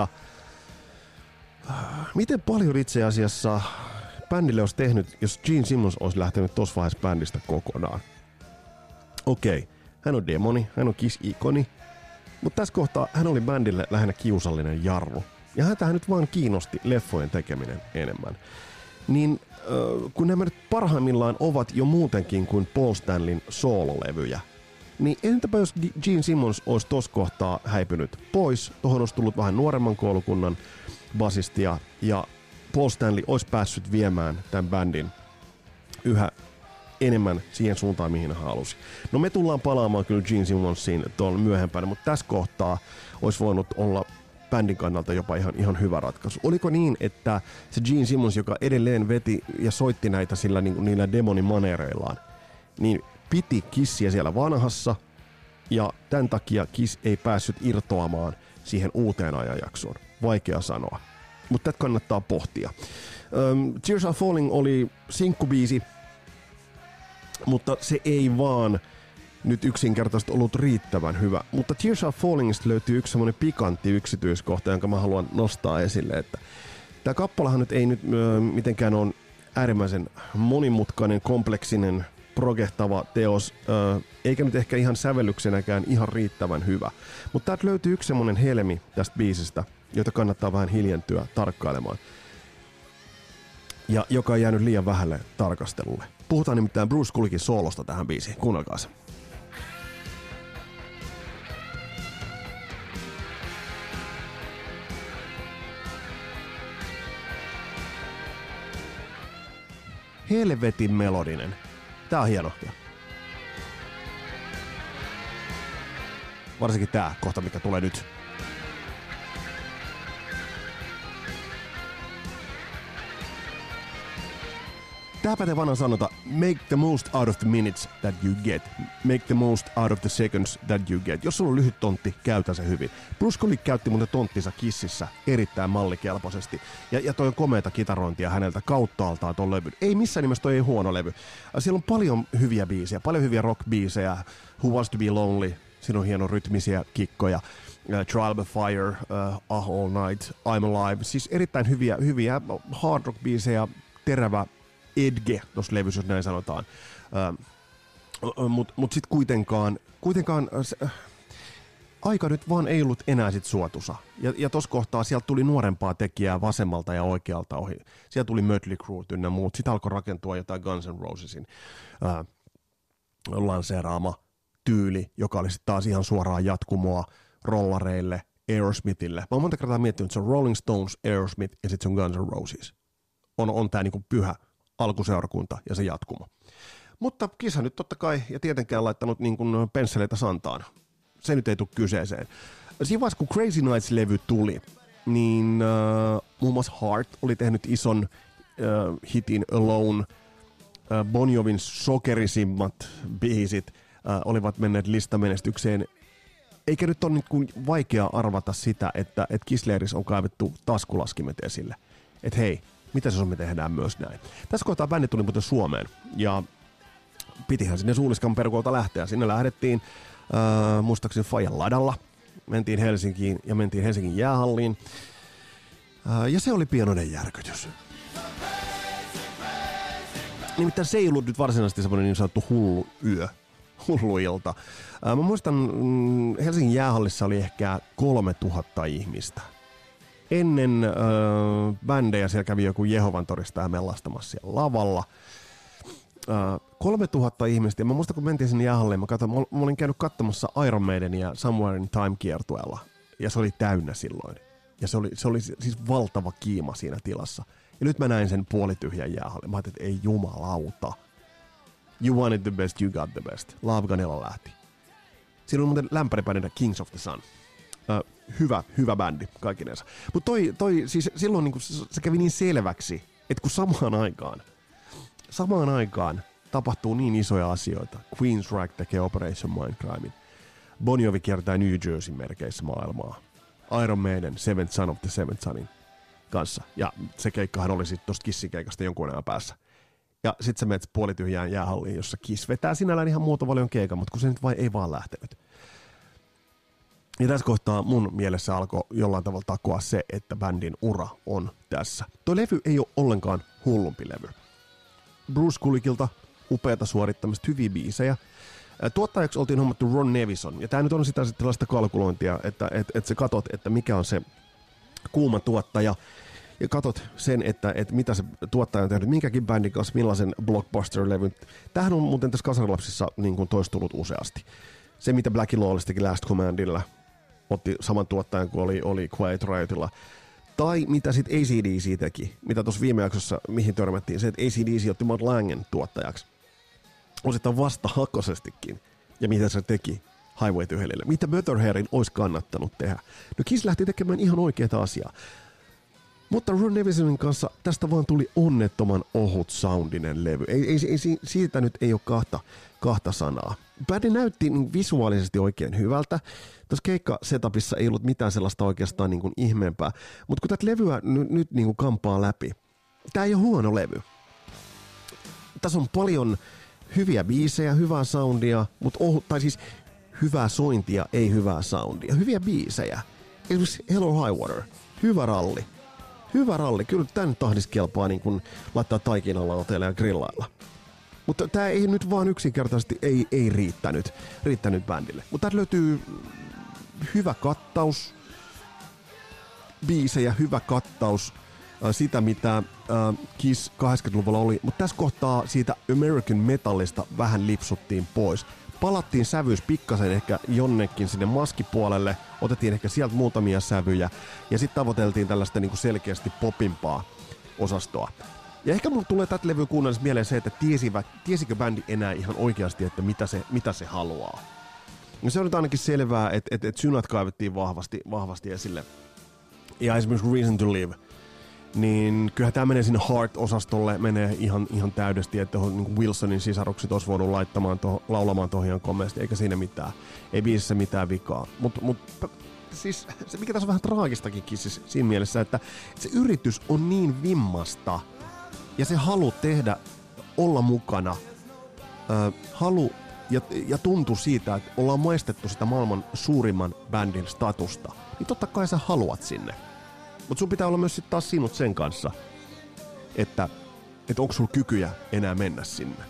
asiassa bändille olisi tehnyt, jos Gene Simmons olisi lähtenyt tuossa vaiheessa bändistä kokonaan. Okei, hän on demoni, hän on Kiss-ikoni, mutta tässä kohtaa hän oli bändille lähinnä kiusallinen jarru. Ja häntähän nyt vaan kiinnosti leffojen tekeminen enemmän. Niin kun nämä nyt parhaimmillaan ovat jo muutenkin kuin Paul Stanleyn soololevyjä, niin entäpä jos Gene Simmons olisi tuossa kohtaa häipynyt pois, tohon olisi tullut vähän nuoremman koulukunnan basistia, ja Paul Stanley olisi päässyt viemään tämän bändin yhä enemmän siihen suuntaan, mihin hän halusi. No me tullaan palaamaan kyllä Gene Simmonsiin tuolla myöhempänä, mutta tässä kohtaa olisi voinut olla bändin kannalta jopa ihan hyvä ratkaisu. Oliko niin, että se Gene Simmons, joka edelleen veti ja soitti näitä sillä niillä demonimaneereillaan, niin piti Kissiä siellä vanhassa, ja tämän takia Kiss ei päässyt irtoamaan siihen uuteen ajanjaksoon. Vaikea sanoa. Mutta tätä kannattaa pohtia. Tears Are Falling oli sinkkubiisi, mutta se ei vaan nyt yksinkertaisesti ollut riittävän hyvä. Mutta Tears Are Fallingista löytyy yksi semmoinen pikantti yksityiskohta, jonka mä haluan nostaa esille. Että tämä kappalehan nyt ei nyt mitenkään ole äärimmäisen monimutkainen, kompleksinen, progehtava teos, eikä nyt ehkä ihan sävellyksenäkään ihan riittävän hyvä. Mutta täältä löytyy yksi semmoinen helmi tästä biisistä, jota kannattaa vähän hiljentyä tarkkailemaan. Ja joka on jäänyt liian vähälle tarkastelulle. Puhutaan nimittäin Bruce Kulickin soolosta tähän biisiin. Kuunnelkaa se. Helvetin melodinen. Tää on hieno. Varsinkin tää kohta, mikä tulee nyt. Tää pätee vanha sanota, make the most out of the minutes that you get. Make the most out of the seconds that you get. Jos sulla on lyhyt tontti, käytä se hyvin. Bruce Kulick käytti muuten tonttinsa Kississä erittäin mallikelpoisesti. Ja toi on komeata kitarointia häneltä kauttaaltaan ton levyn. Ei missään nimessä toi ei huono levy. Siellä on paljon hyviä biisejä, paljon hyviä rock-biisejä. Who Wants to be Lonely, siinä on hieno rytmisiä kikkoja. Trial by Fire, All Night, I'm Alive. Siis erittäin hyviä hard rock-biisejä, terävä edge tuossa levyssä, jos näin sanotaan. Mut sit kuitenkaan aika nyt vaan ei ollut enää sit suotusa. Ja tossa kohtaa sieltä tuli nuorempaa tekijää vasemmalta ja oikealta ohi. Sieltä tuli Mötley Crüe ynnä muut. Sitten alkoi rakentua jotain Guns N' Rosesin lanseeraama tyyli, joka oli sitten taas ihan suoraan jatkumoa rollareille, Aerosmithille. Mä oon monta kertaa miettinyt, että se on Rolling Stones, Aerosmith ja sitten se on Guns N' Roses. On tää niinku pyhä alkuseurakunta ja se jatkumo. Mutta Kissa nyt totta kai, ja tietenkään laittanut niin kuin pensseleitä santaan. Se nyt ei tule kyseeseen. Siinä vaiheessa, kun Crazy Nights-levy tuli, niin muun muassa Heart oli tehnyt ison hitin Alone. Bon Jovin sokerisimmat biisit olivat menneet listamenestykseen. Eikä nyt ole niin vaikea arvata sitä, että Kissleris on kaivettu taskulaskimet esille. Että hei, mitä jos me tehdään myös näin? Tässä kohtaa bändi tuli muuten Suomeen, ja pitihän sinne Suuliskan perukolta lähteä. Sinne lähdettiin, muistaakseni Fajan ladalla, mentiin Helsinkiin ja mentiin Helsingin jäähalliin. Ja se oli pienoinen järkytys. Nimittäin se ei ollut nyt varsinaisesti semmoinen niin sanottu hullu ilta. Mä muistan, Helsingin jäähallissa oli ehkä 3000 ihmistä. Ennen bändejä siellä kävi joku Jehovan todistaja mellastamassa siellä lavalla. 3000 ihmistä, ja mä muistan kun mentiin sinne jäähalliin, mä olin käynyt katsomassa Iron Maidenia Somewhere in Time -kiertueella, ja se oli täynnä silloin. Ja se oli siis valtava kiima siinä tilassa. Ja nyt mä näin sen puolityhjän jäähallin. Mä ajattelin, että ei jumalauta. You wanted the best, you got the best. Love Gunilla lähti. Siinä on muuten lämpäribändinä Kings of the Sun. Hyvä bändi kaikkinensa. Mutta siis silloin niin se kävi niin selväksi, että kun samaan aikaan tapahtuu niin isoja asioita. Queensryche tekee Operation Mindcrimein. Bon Jovi kiertää New Jerseyn merkeissä maailmaa. Iron Maiden, Seventh Son of the Seventh Sonin kanssa. Ja se keikkahan oli sitten tosta Kissikeikasta jonkun ajan päässä. Ja sit sä menet puolityhjään jäähalliin, jossa Kiss vetää sinällään ihan muuta valion keikan, mutta kun se nyt ei vaan lähtenyt. Ja tässä kohtaa mun mielessä alkoi jollain tavalla takoa se, että bändin ura on tässä. Tuo levy ei ole ollenkaan hullumpi levy. Bruce Kulickilta upeata suorittamista, hyviä biisejä. Tuottajaksi oltiin hommattu Ron Nevison. Ja tää nyt on sitä sellaista kalkulointia, että sä katot, että mikä on se kuuma tuottaja. Ja katot sen, että mitä se tuottaja on tehnyt, minkäkin bändin kanssa, millaisen blockbuster-levyn. Tämähän on muuten tässä Kasarilapsissa niin kuin toistunut useasti. Se, mitä Blackie Lawless teki Last Commandilla, otti saman tuottajan kuin oli Quiet Riotilla. Tai mitä sitten AC/DC teki, mitä tuossa viime jaksossa, mihin törmättiin, se, että AC/DC otti Mutt Langen tuottajaksi. Osittain vastahakoisestikin. Ja mitä se teki Highway-tyhelille. Mitä Motorheadin olisi kannattanut tehdä. No Kiss lähti tekemään ihan oikeaa asiaa. Mutta Ron Nevisonin kanssa tästä vaan tuli onnettoman ohut soundinen levy. Siitä nyt ei ole kahta sanaa. Bändi näytti visuaalisesti oikein hyvältä. Tuossa keikkasetupissa ei ollut mitään sellaista oikeastaan niin kuin ihmeempää. Mutta kun tätä levyä nyt niin kuin kampaa läpi, tää ei ole huono levy. Tässä on paljon hyviä biisejä, hyvää soundia, tai siis hyvää sointia, ei hyvää soundia. Hyviä biisejä. Esimerkiksi Hello High Water. Hyvä ralli. Hyvä ralli. Kyllä tän tahdis kelpaa niin kun laittaa taikinalauteille ja grillailla. Mutta tää ei nyt vaan yksinkertaisesti ei riittänyt bändille. Mutta täältä löytyy hyvä kattaus biisejä, hyvä kattaus sitä, mitä Kiss 80-luvulla oli. Mutta tässä kohtaa siitä American Metallista vähän lipsuttiin pois. Palattiin sävyys pikkasen ehkä jonnekin sinne maskipuolelle, otettiin ehkä sieltä muutamia sävyjä ja sitten tavoiteltiin tällaista niinku selkeästi popimpaa osastoa. Ja ehkä mulle tulee tätä levyä kuunnellessa mieleen se, että tiesikö bändi enää ihan oikeasti, että mitä se haluaa. Ja se on nyt ainakin selvää, että synät kaivettiin vahvasti esille. Ja esimerkiksi Reason to Live niin kyllähän tämä menee sinne Heart-osastolle, menee ihan täydesti, että niin Wilsonin sisarukset olisi voinut laulamaan tuohon ihan komeasti, eikä siinä mitään, ei biisissä mitään vikaa. Mutta siis se, mikä tässä on vähän traagistakin siis siinä mielessä, että se yritys on niin vimmasta, ja se halu tehdä, olla mukana, halu ja tuntuu siitä, että ollaan maistettu sitä maailman suurimman bändin statusta, niin totta kai sä haluat sinne. Mutta sun pitää olla myös sit taas sinut sen kanssa, että onko sulla kykyjä enää mennä sinne.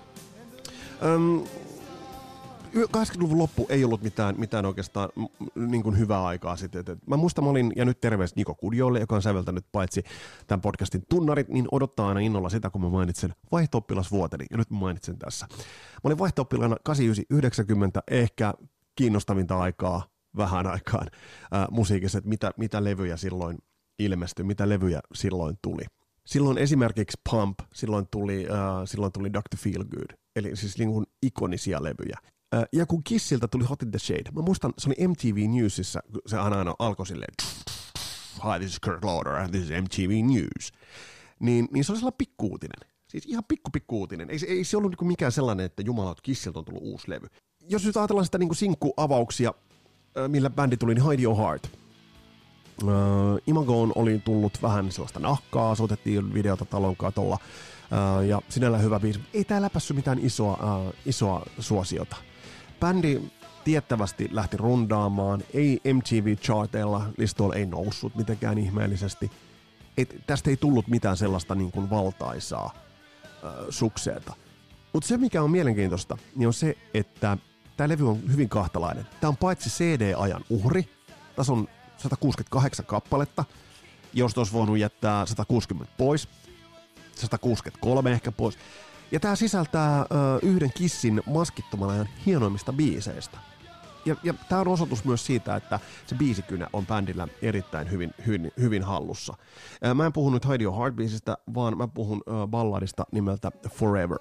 80-luvun loppu ei ollut mitään oikeastaan niin kuin hyvää aikaa sitten. Mä muistan, mä olin, ja nyt terveys Niko Kudjolle, joka on säveltänyt paitsi tämän podcastin tunnarit, niin odottaa aina innolla sitä, kun mä mainitsen vaihto-oppilasvuoteni, ja nyt mä mainitsen tässä. Mä olin vaihto-oppilaana 89-90, ehkä kiinnostavinta aikaa vähän aikaan musiikissa, että mitä levyjä silloin ilmestyi, mitä levyjä silloin tuli. Silloin esimerkiksi Pump, silloin tuli Dr. Feelgood, eli siis niin kuin ikonisia levyjä. Ja kun Kissiltä tuli Hot in the Shade, mä muistan, se oli MTV Newsissa, se aina alkoi silleen, hi, this is Kurt Loder, and this is MTV News. Niin se oli sellainen pikkuutinen, siis ihan pikkuutinen. Ei se ollut mikään sellainen, että jumala, Kissiltä on tullut uusi levy. Jos nyt ajatellaan sitä niin sinkkuavauksia, millä bändi tuli, niin Hide Your Heart. Imagoon oli tullut vähän sellaista nahkaa, soitettiin videota talon katolla, ja sinällään hyvä biisi. Ei tää läpässyt mitään isoa suosiota. Bändi tiettävästi lähti rundaamaan, ei MTV-charteilla, listoilla ei noussut mitenkään ihmeellisesti. Tästä ei tullut mitään sellaista niin kuin valtaisaa sukseeta. Mutta se, mikä on mielenkiintoista, niin on se, että tämä levy on hyvin kahtalainen. Tämä on paitsi CD-ajan uhri, tässä on 168 kappaletta, josta olisi voinut jättää 160 pois, 163 ehkä pois. Ja tämä sisältää yhden Kissin maskittoman ajan hienoimmista biiseistä. Ja tämä on osoitus myös siitä, että se biisikynä on bändillä erittäin hyvin hallussa. Mä en puhu nyt Hide Your Heart-biisistä, vaan mä puhun balladista nimeltä Forever.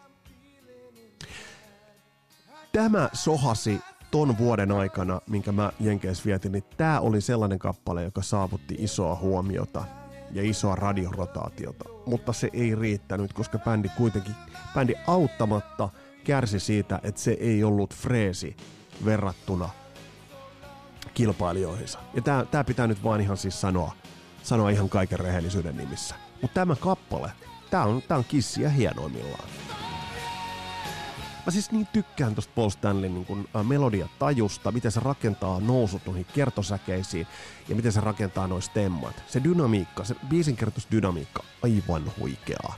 Tämä sohasi ton vuoden aikana, minkä mä Jenkeissä vietin, niin tää oli sellainen kappale, joka saavutti isoa huomiota ja isoa radiorotaatiota. Mutta se ei riittänyt, koska bändi auttamatta kärsi siitä, että se ei ollut freesi verrattuna kilpailijoihinsa. Ja tää pitää nyt vaan ihan siis sanoa ihan kaiken rehellisyyden nimissä. Mutta tämä kappale, tää on Kissiä hienoimmillaan. Mä siis niin tykkään tosta Paul Stanleyn niin melodiatajusta, miten se rakentaa nousut noihin kertosäkeisiin ja miten se rakentaa noi stemmat. Se dynamiikka, se biisinkertoisdynamiikka, aivan huikeaa.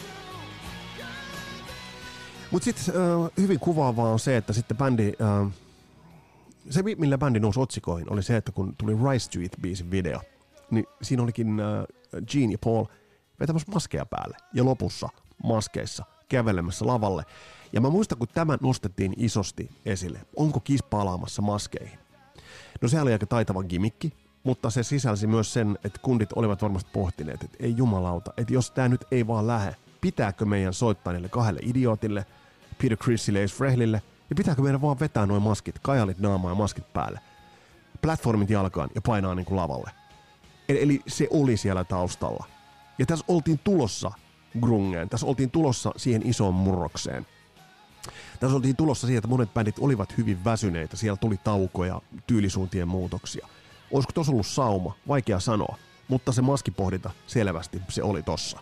Mut sit hyvin kuvaavaa on se, että sitten bändi, se millä bändi nousi otsikoihin oli se, että kun tuli Rice Street-biisin video, niin siinä olikin Gene ja Paul vetämässä maskeja päälle ja lopussa maskeissa kävelemässä lavalle. Ja mä muistan, kun tämä nostettiin isosti esille. Onko Kiss palaamassa maskeihin? No se oli aika taitava gimmikki, mutta se sisälsi myös sen, että kundit olivat varmasti pohtineet, että ei jumalauta, että jos tää nyt ei vaan lähe, pitääkö meidän soittaa niille kahdelle idiootille, Peter Crissille ja Ace Frehlille, ja pitääkö meidän vaan vetää noin maskit, kajalit naamaa ja maskit päälle, platformit jalkaan ja painaa niin kuin lavalle. Eli se oli siellä taustalla. Ja tässä oltiin tulossa grungeen, tässä oltiin tulossa siihen isoon murrokseen. Tässä oltiin tulossa siihen, että monet bändit olivat hyvin väsyneitä, siellä tuli taukoja, tyylisuuntien muutoksia. Olisiko tuossa ollut sauma? Vaikea sanoa, mutta se maskipohdinta selvästi se oli tossa.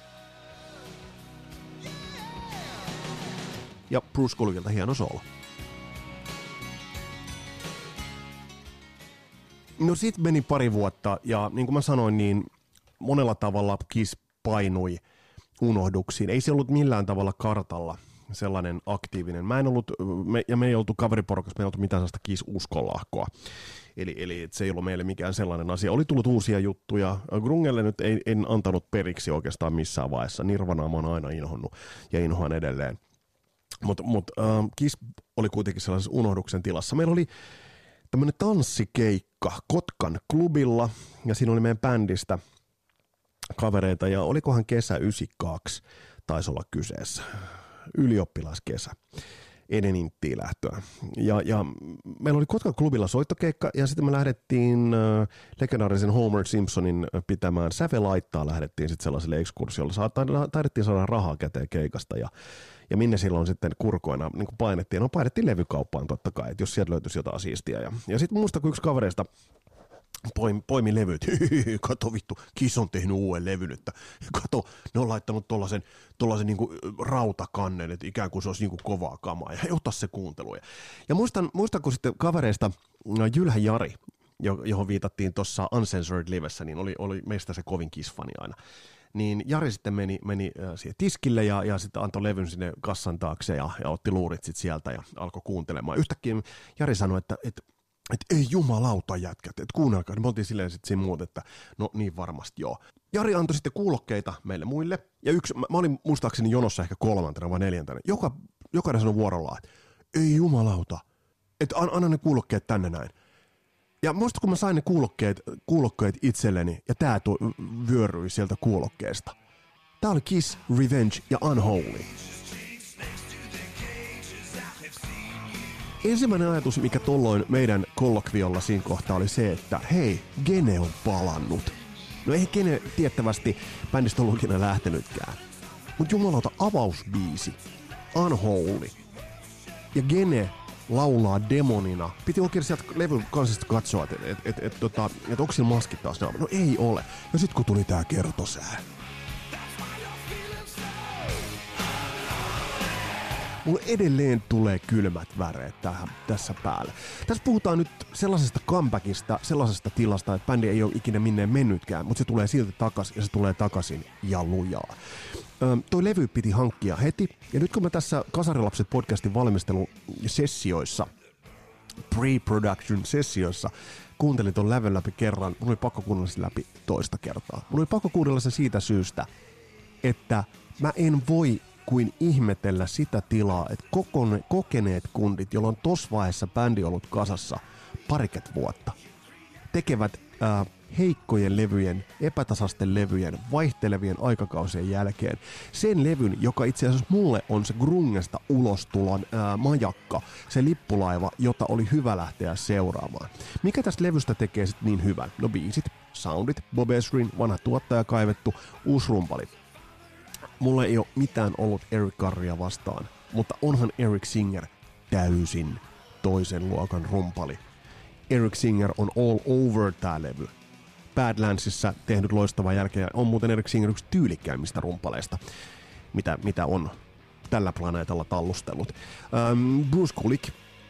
Ja Bruce Kulikelta hieno soolo. No sit meni pari vuotta ja niin kuin mä sanoin, niin monella tavalla Kiss painui unohduksiin. Ei se ollut millään tavalla kartalla sellainen aktiivinen. Me ei oltu kaveriporukassa, me ei oltu mitään sellaista Kiss-uskonlahkoa. Eli se ei ollut meille mikään sellainen asia. Oli tullut uusia juttuja. Grungelle nyt en antanut periksi oikeastaan missään vaiheessa. Nirvanaa mä oon aina inhonnut ja inhoan edelleen. Mutta Kiss oli kuitenkin sellaisessa unohduksen tilassa. Meillä oli tämmöinen tanssikeikka Kotkan klubilla ja siinä oli meidän bändistä kavereita ja olikohan kesä 92 taisi olla kyseessä. Ylioppilaskesä. Edeninttiin lähtöä. Ja meillä oli Kotkan klubilla soittokeikka, ja sitten me lähdettiin legendaarisen Homer Simpsonin pitämään sävelaittaa, lähdettiin sitten sellaiselle ekskursiolle. Taidettiin saada rahaa käteen keikasta, ja minne silloin sitten kurkoina niin painettiin? No painettiin levykauppaan totta kai, että jos sieltä löytyisi jotain siistiä. Ja sitten muista, kun yksi kavereista poimi levyt. Kato vittu, Kiss on tehnyt uuden levyn, että kato, ne on laittanut tollasen niinku rautakannen, että ikään kuin se olisi niinku kovaa kamaa, ja ota se kuunteluja. Ja muistan, kun sitten kavereista Jylhä Jari, johon viitattiin tuossa Uncensored Livessä, niin oli meistä se kovin Kiss-fani aina. Niin Jari sitten meni siihen tiskille ja sitten antoi levyn sinne kassan taakse ja otti luurit sitten sieltä ja alkoi kuuntelemaan. Yhtäkkiä Jari sanoi, että ei jumalauta jätkät, että kuunnelkaa. Me oltiin silleen sitten siinä muut, että no niin varmasti joo. Jari antoi sitten kuulokkeita meille muille. Ja mä olin muistaakseni jonossa ehkä 3. vai 4. Jokainen sanoi vuorollaan, että ei jumalauta, että anna ne kuulokkeet tänne näin. Ja muista kun mä sain ne kuulokkeet itselleni ja tää vyöryi sieltä kuulokkeesta. Tää oli Kiss, Revenge ja Unholy. Ensimmäinen ajatus, mikä tolloin meidän kollokviolla siinä kohtaa oli se, että hei, Gene on palannut. No ei Gene tiettävästi bändistä ollut ikinä lähtenytkään. Mut jumalauta avausbiisi, Unholy. Ja Gene laulaa demonina. Piti oikein sieltä levyn kansista katsoa, että onko sillä maskit taas. No ei ole. Ja sit kun tuli tää kertosää. Mulle edelleen tulee kylmät väreet tässä päällä. Tässä puhutaan nyt sellaisesta comebackista, sellaisesta tilasta, että bändi ei ole ikinä minneen mennytkään, mutta se tulee silti takaisin ja se tulee takaisin ja lujaa. Toi levy piti hankkia heti, ja nyt kun mä tässä Kasarilapset podcastin valmistelusessioissa, pre-production sessioissa, kuuntelin ton levyn läpi kerran, mulla oli pakko kuunnella sen läpi toista kertaa. Mulla oli pakko kuunnella sen siitä syystä, että mä en voi kuin ihmetellä sitä tilaa, että kokeneet kundit, joilla on tossa vaiheessa bändi ollut kasassa pariket vuotta, tekevät heikkojen levyjen, epätasaisten levyjen, vaihtelevien aikakausien jälkeen sen levyn, joka itse asiassa mulle on se grungesta ulostulon majakka, se lippulaiva, jota oli hyvä lähteä seuraamaan. Mikä tästä levystä tekee sitten niin hyvän? No biisit, soundit, Bob Ezrin, vanha tuottaja kaivettu, uusi rumpali. Mulla ei ole mitään ollut Eric Carrea vastaan, mutta onhan Eric Singer täysin toisen luokan rumpali. Eric Singer on all over tää levy. Badlandsissa tehnyt loistavaa jälkeä. On muuten Eric Singer yksi tyylikkäimmistä rumpaleista, mitä on tällä planeetalla tallustellut. Bruce Kulick.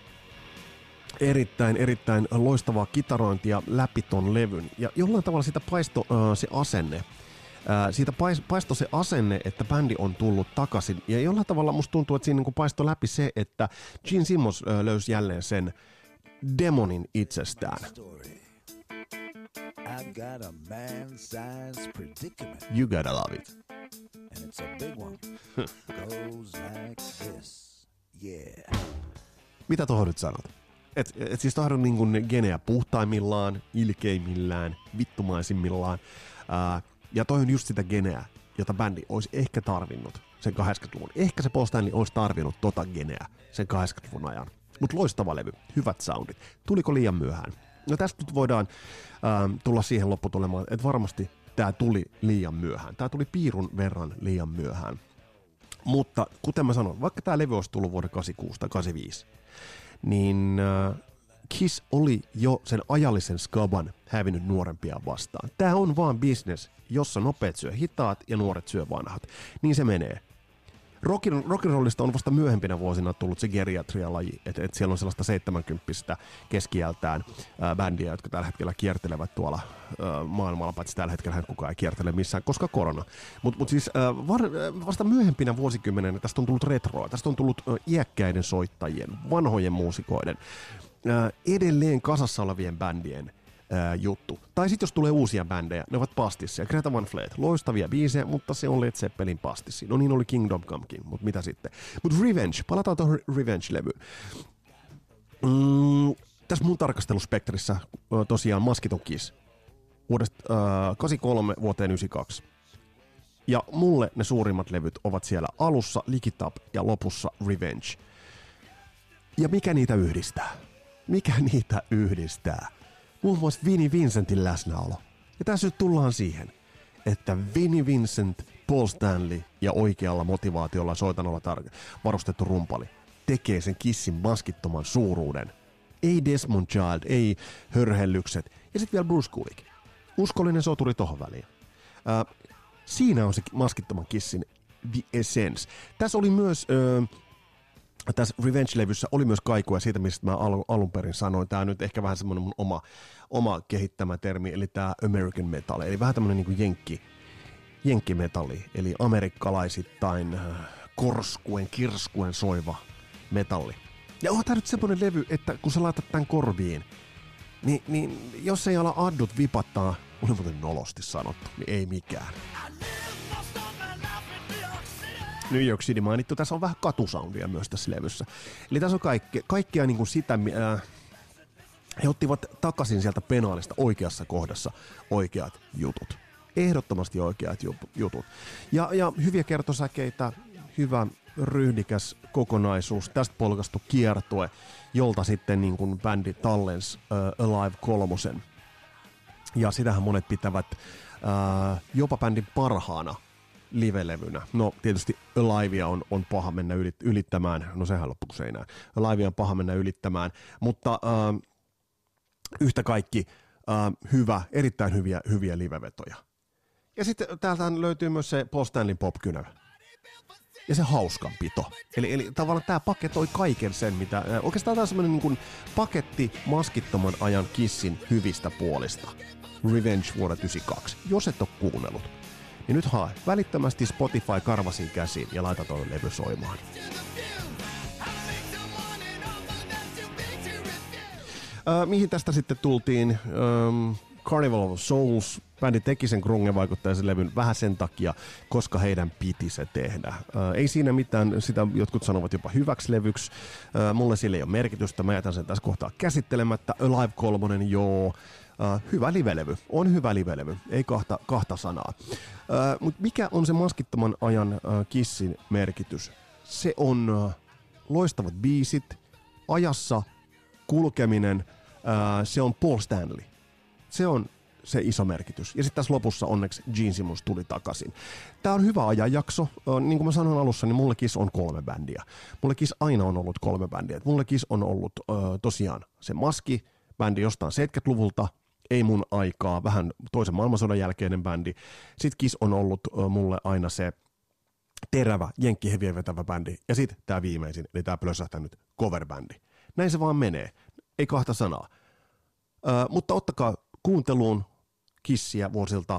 Erittäin loistavaa kitarointia läpi ton levyn. Ja jollain tavalla sitä paistoi se asenne. Siitä paistoi se asenne, että bändi on tullut takaisin. Ja jollain tavalla musta tuntuu, että siinä niin paistoi läpi se, että Gene Simmons löysi jälleen sen demonin itsestään. You gotta love it. And it's a big one. Goes like this. Yeah. Mitä tohon nyt sanot? Et siis tohon niin kuin Geneä puhtaimmillaan, ilkeimmillään, vittumaisimmillaan. Ja toi on just sitä Geneä, jota bändi olisi ehkä tarvinnut sen 80-luvun. Ehkä se Paul Stanley olisi tarvinnut tota Geneä sen 80-luvun ajan. Mutta loistava levy, hyvät soundit. Tuliko liian myöhään? No tästä nyt voidaan tulla siihen lopputulemaan, että varmasti tää tuli liian myöhään. Tää tuli piirun verran liian myöhään. Mutta kuten mä sanoin, vaikka tää levy olisi tullut vuoden 86 tai 85, niin Kiss oli jo sen ajallisen skaban hävinnyt nuorempia vastaan. Tää on vaan business, jossa nopeat syö hitaat ja nuoret syö vanhat. Niin se menee. Rock'n'rollista on vasta myöhempinä vuosina tullut se geriatria-laji, että siellä on sellaista 70 keskiältään bändiä, jotka tällä hetkellä kiertelevät tuolla maailmalla, paitsi tällä hetkellä kukaan ei kiertele missään, koska korona. Mutta siis vasta myöhempinä vuosikymmenenä tästä on tullut retroa, tästä on tullut iäkkäiden soittajien, vanhojen muusikoiden, edelleen kasassa olevien bändien juttu. Tai sitten jos tulee uusia bändejä, ne ovat pastissia. Greta Van Fleet, loistavia biisejä, mutta se on Led Zeppelin pastissi. No niin oli Kingdom Comekin, mutta mitä sitten? Mutta Revenge, palataan tuohon Revenge-levyyn. Tässä mun tarkasteluspektrissä tosiaan Maskiton Kiss vuodesta 83 vuoteen 92. Ja mulle ne suurimmat levyt ovat siellä alussa Lick It Up ja lopussa Revenge. Ja mikä niitä yhdistää? Mikä niitä yhdistää? Muun muassa Vinnie Vincentin läsnäolo. Ja tässä nyt tullaan siihen, että Vinnie Vincent, Paul Stanley ja oikealla motivaatiolla soitanolla varustettu rumpali tekee sen Kissin maskittoman suuruuden. Ei Desmond Child, ei hörhellykset ja sitten vielä Bruce Kulick. Uskollinen soturi tohon väliin. Siinä on se maskittoman Kissin the essence. Tässä oli myös... Tässä Revenge-levyssä oli myös kaikua siitä, mistä mä alun perin sanoin. Tämä on nyt ehkä vähän semmoinen mun oma kehittämä termi, eli tämä American metal. Eli vähän tämmöinen niin kuin jenkkimetalli, eli amerikkalaisittain kirskuen soiva metalli. Ja onhan tämä nyt semmoinen levy, että kun sä laitat tämän korviin, niin jos ei ala addut vipattaa, oli muuten nolosti sanottu, niin ei mikään. New York City mainittu, tässä on vähän katusoundia myös tässä levyssä. Eli tässä on kaikkea niin kuin sitä, he ottivat takaisin sieltä penaalista oikeassa kohdassa oikeat jutut. Ehdottomasti oikeat jutut. Ja hyviä kertosäkeitä, hyvä ryhdikäs kokonaisuus, tästä polkastu kiertue, jolta sitten niin kuin bändi tallensi Alive 3. Ja sitähän monet pitävät jopa bändin parhaana live-levynä. No tietysti Alivea on paha mennä ylittämään, no sehän loppuun seinään. Alivea on paha mennä ylittämään, mutta yhtä kaikki erittäin hyviä live-vetoja. Ja sitten täältä löytyy myös se Paul Stanleyn pop-kynä. Ja se hauskanpito. Eli tavallaan tämä paketoi kaiken sen, mitä... Oikeastaan tämä on semmoinen niin kuin paketti maskittoman ajan Kissin hyvistä puolista. Revenge vuodet 92. Jos et ole kuunnellut, niin nyt hae välittömästi Spotify karvasiin käsiin ja laita toi levy soimaan. Mihin tästä sitten tultiin? Carnival of Souls. Bändi teki sen grunge-vaikutteisen levyn vähän sen takia, koska heidän piti se tehdä. Ei siinä mitään, sitä jotkut sanovat jopa hyväksi levyksi. Mulle sille ei ole merkitystä, mä jätän sen tässä kohtaa käsittelemättä. Alive 3, joo. Hyvä livelevy. On hyvä livelevy. Ei kahta sanaa. Mutta mikä on se maskittoman ajan Kissin merkitys? Se on loistavat biisit, ajassa kulkeminen, se on Paul Stanley. Se on se iso merkitys. Ja sitten tässä lopussa onneksi Gene Simmons tuli takaisin. Tämä on hyvä ajanjakso. Niin kuin mä sanoin alussa, niin mulle Kiss on 3 bändiä. Mulle Kiss aina on ollut 3 bändiä. Mulle Kiss on ollut tosiaan se Maski-bändi jostain 70-luvulta, ei mun aikaa, vähän toisen maailmansodan jälkeinen bändi. Sitten Kiss on ollut mulle aina se terävä, jenkkiheviä vetävä bändi. Ja sitten tämä viimeisin, eli tämä plösähtänyt cover-bändi. Näin se vaan menee. Ei kahta sanaa. Mutta ottakaa kuunteluun Kissiä vuosilta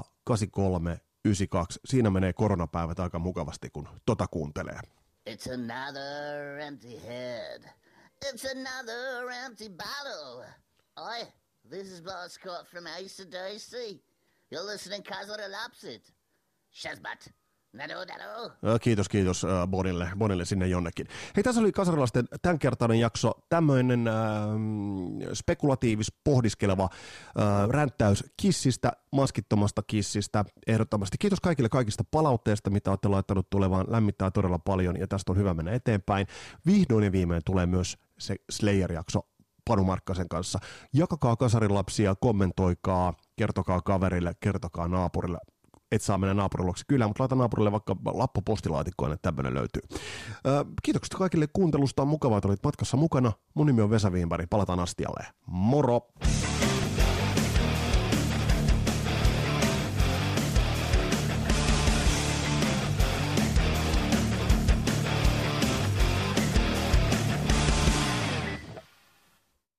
83-92. Siinä menee koronapäivät aika mukavasti, kun kuuntelee. It's another empty head. It's another empty battle. This is Bob Scott from AC/DC. You're listening Kasari Lapsit. Shazbat. Nado. Kiitos Bonille sinne jonnekin. Hei, tässä oli Kasarilaisten tämänkertainen jakso, tämmöinen spekulatiivis, pohdiskeleva ränttäys Kissistä, maskittomasta Kissistä, ehdottomasti. Kiitos kaikille kaikista palautteesta, mitä olette laittanut tulevaan, lämmittää todella paljon ja tästä on hyvä mennä eteenpäin. Vihdoin ja viimein tulee myös se Slayer-jakso Panu Markkasen kanssa. Jakakaa Kasarilapsia, kommentoikaa, kertokaa kaverille, kertokaa naapurille. Et saa mennä naapurin luokse kyllä, mutta laita naapurille vaikka lappu postilaatikkoon, että tämmöinen löytyy. Kiitokset kaikille kuuntelusta, on mukavaa, että olit matkassa mukana. Mun nimi on Vesa Wienberg, palataan astialle. Moro!